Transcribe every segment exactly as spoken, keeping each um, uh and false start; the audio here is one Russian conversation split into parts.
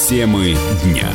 Темы дня.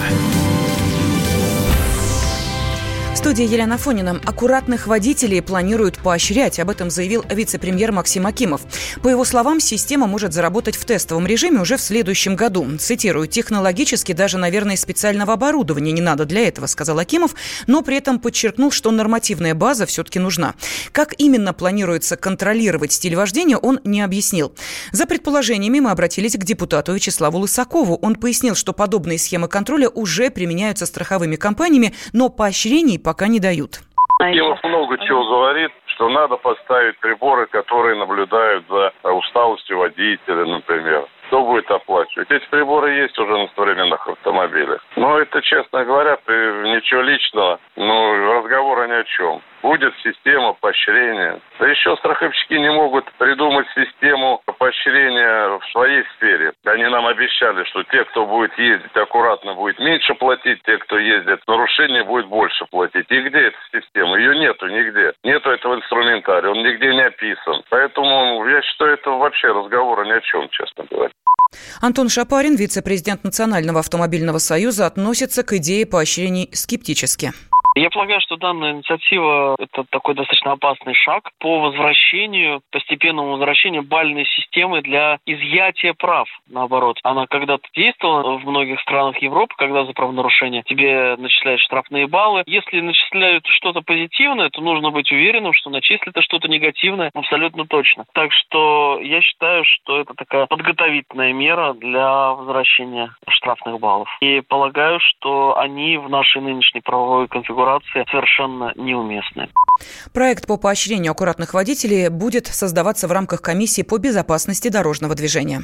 В студии Елена Афонина. Аккуратных водителей планируют поощрять. Об этом заявил вице-премьер Максим Акимов. По его словам, система может заработать в тестовом режиме уже в следующем году. Цитирую: «Технологически даже, наверное, специального оборудования не надо для этого», сказал Акимов, но при этом подчеркнул, что нормативная база все-таки нужна. Как именно планируется контролировать стиль вождения, он не объяснил. За предположениями мы обратились к депутату Вячеславу Лысакову. Он пояснил, что подобные схемы контроля уже применяются страховыми компаниями, но поощрений пока не дают. Акимов много чего говорит, что надо поставить приборы, которые наблюдают за усталостью водителя, например. Кто будет оплачивать? Эти приборы есть уже на современных автомобилях. Но это, честно говоря, ничего личного, но разговора ни о чем. Будет система поощрения. Да еще страховщики не могут придумать систему поощрения в своей сфере. Они нам обещали, что те, кто будет ездить аккуратно, будет меньше платить, те, кто ездит в нарушение, будет больше платить. И где эта система? Ее нету нигде. Нету этого инструментария, он нигде не описан. Поэтому я считаю, это вообще разговора ни о чем, честно говоря. Антон Шапарин, вице-президент Национального автомобильного союза, относится к идее поощрений скептически. Я полагаю, что данная инициатива – это такой достаточно опасный шаг по возвращению, постепенному возвращению бальной системы для изъятия прав. Наоборот, она когда-то действовала в многих странах Европы, когда за правонарушение тебе начисляют штрафные баллы. Если начисляют что-то позитивное, то нужно быть уверенным, что начислят что-то негативное абсолютно точно. Так что я считаю, что это такая подготовительная мера для возвращения штрафных баллов. И полагаю, что они в нашей нынешней правовой конфигурации совершенно неуместны. Проект по поощрению аккуратных водителей будет создаваться в рамках комиссии по безопасности дорожного движения.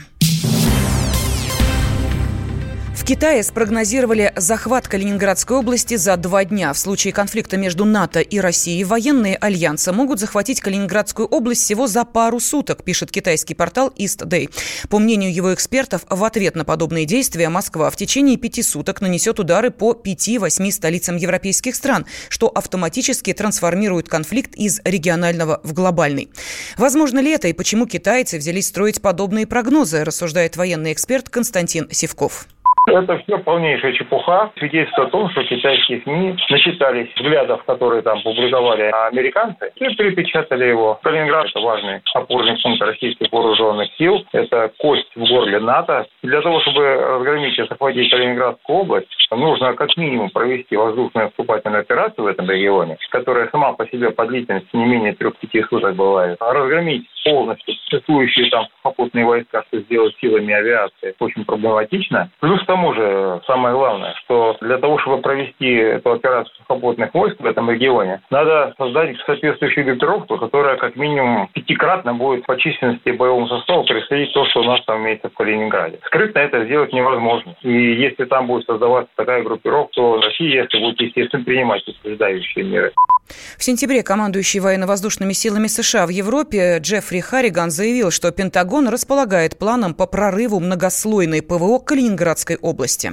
В Китае спрогнозировали захват Калининградской области за два дня. В случае конфликта между НАТО и Россией военные альянса могут захватить Калининградскую область всего за пару суток, пишет китайский портал East Day. По мнению его экспертов, в ответ на подобные действия Москва в течение пяти суток нанесет удары по пяти-восьми столицам европейских стран, что автоматически трансформирует конфликт из регионального в глобальный. Возможно ли это и почему китайцы взялись строить подобные прогнозы, рассуждает военный эксперт Константин Сивков. Это все полнейшая чепуха. Свидетельствует о том, что китайские СМИ начитались взглядов, которые там публиковали американцы, и перепечатали его. Калининград – это важный опорный пункт российских вооруженных сил. Это кость в горле НАТО. И для того, чтобы разгромить и захватить Калининградскую область, нужно как минимум провести воздушную наступательную операцию в этом регионе, которая сама по себе по длительности не менее трех-пяти суток бывает. А разгромить полностью существующие там сухопутные войска, что сделать силами авиации, очень проблематично. Плюс к тому же, самое главное, что для того, чтобы провести эту операцию сухопутных войск в этом регионе, надо создать соответствующую группировку, которая как минимум пятикратно будет по численности боевому составу превосходить то, что у нас там имеется в Калининграде. Скрытно это сделать невозможно. И если там будет создаваться такая группировка, то Россия, если будет, естественно, принимать упреждающие меры. В сентябре командующий военно-воздушными силами США в Европе Джеффри Харриган заявил, что Пентагон располагает планом по прорыву многослойной ПВО Калининградской области.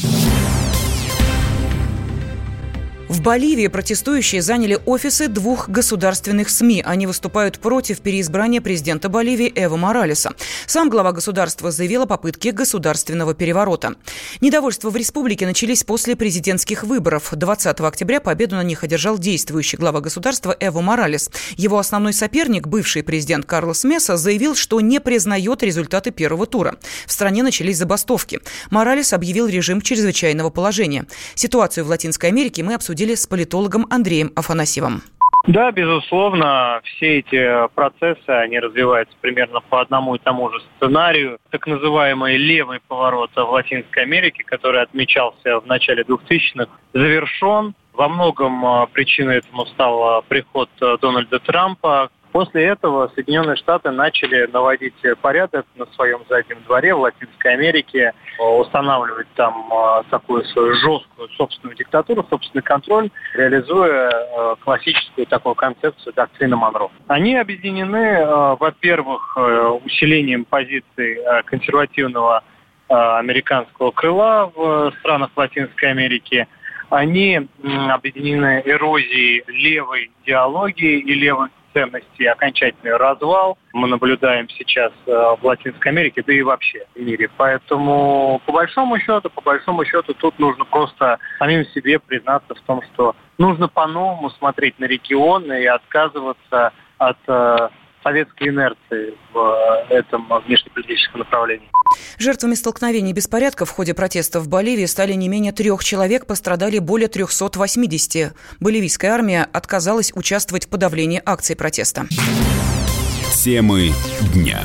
В Боливии протестующие заняли офисы двух государственных СМИ. Они выступают против переизбрания президента Боливии Эво Моралеса. Сам глава государства заявил о попытке государственного переворота. Недовольства в республике начались после президентских выборов. двадцатого октября победу на них одержал действующий глава государства Эво Моралес. Его основной соперник, бывший президент Карлос Меса, заявил, что не признает результаты первого тура. В стране начались забастовки. Моралес объявил режим чрезвычайного положения. Ситуацию в Латинской Америке мы обсудили с политологом Андреем Афанасьевым. Да, безусловно, все эти процессы, они развиваются примерно по одному и тому же сценарию. Так называемый левый поворот в Латинской Америке, который отмечался в начале двухтысячных, завершен. Во многом причиной этому стал приход Дональда Трампа. После этого Соединенные Штаты начали наводить порядок на своем заднем дворе в Латинской Америке, устанавливать там такую свою жесткую собственную диктатуру, собственный контроль, реализуя классическую такую концепцию доктрины Монро. Они объединены, во-первых, усилением позиций консервативного американского крыла в странах Латинской Америки. Они объединены эрозией левой идеологии и левых ценностей окончательный развал мы наблюдаем сейчас в Латинской Америке, да и вообще в мире. Поэтому, по большому счету, по большому счету, тут нужно просто самим себе признаться в том, что нужно по-новому смотреть на регион и отказываться от э, советской инерции в этом внешнеполитическом направлении. Жертвами столкновений и беспорядков в ходе протестов в Боливии стали не менее трех человек, пострадали более триста восемьдесят. Боливийская армия отказалась участвовать в подавлении акций протеста. Темы дня.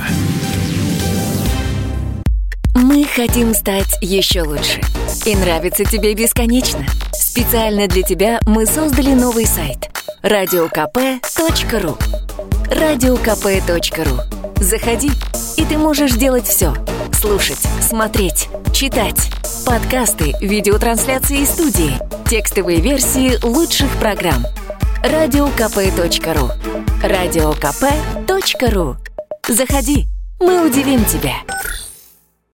Мы хотим стать еще лучше. И нравится тебе бесконечно. Специально для тебя мы создали новый сайт – радио ка пэ точка ру. радио ка пэ точка ру. Заходи, и ты можешь делать все. Слушать, смотреть, читать. Подкасты, видеотрансляции из студии, текстовые версии лучших программ. радио ка пэ точка ру. радио ка пэ точка ру. Заходи, мы удивим тебя.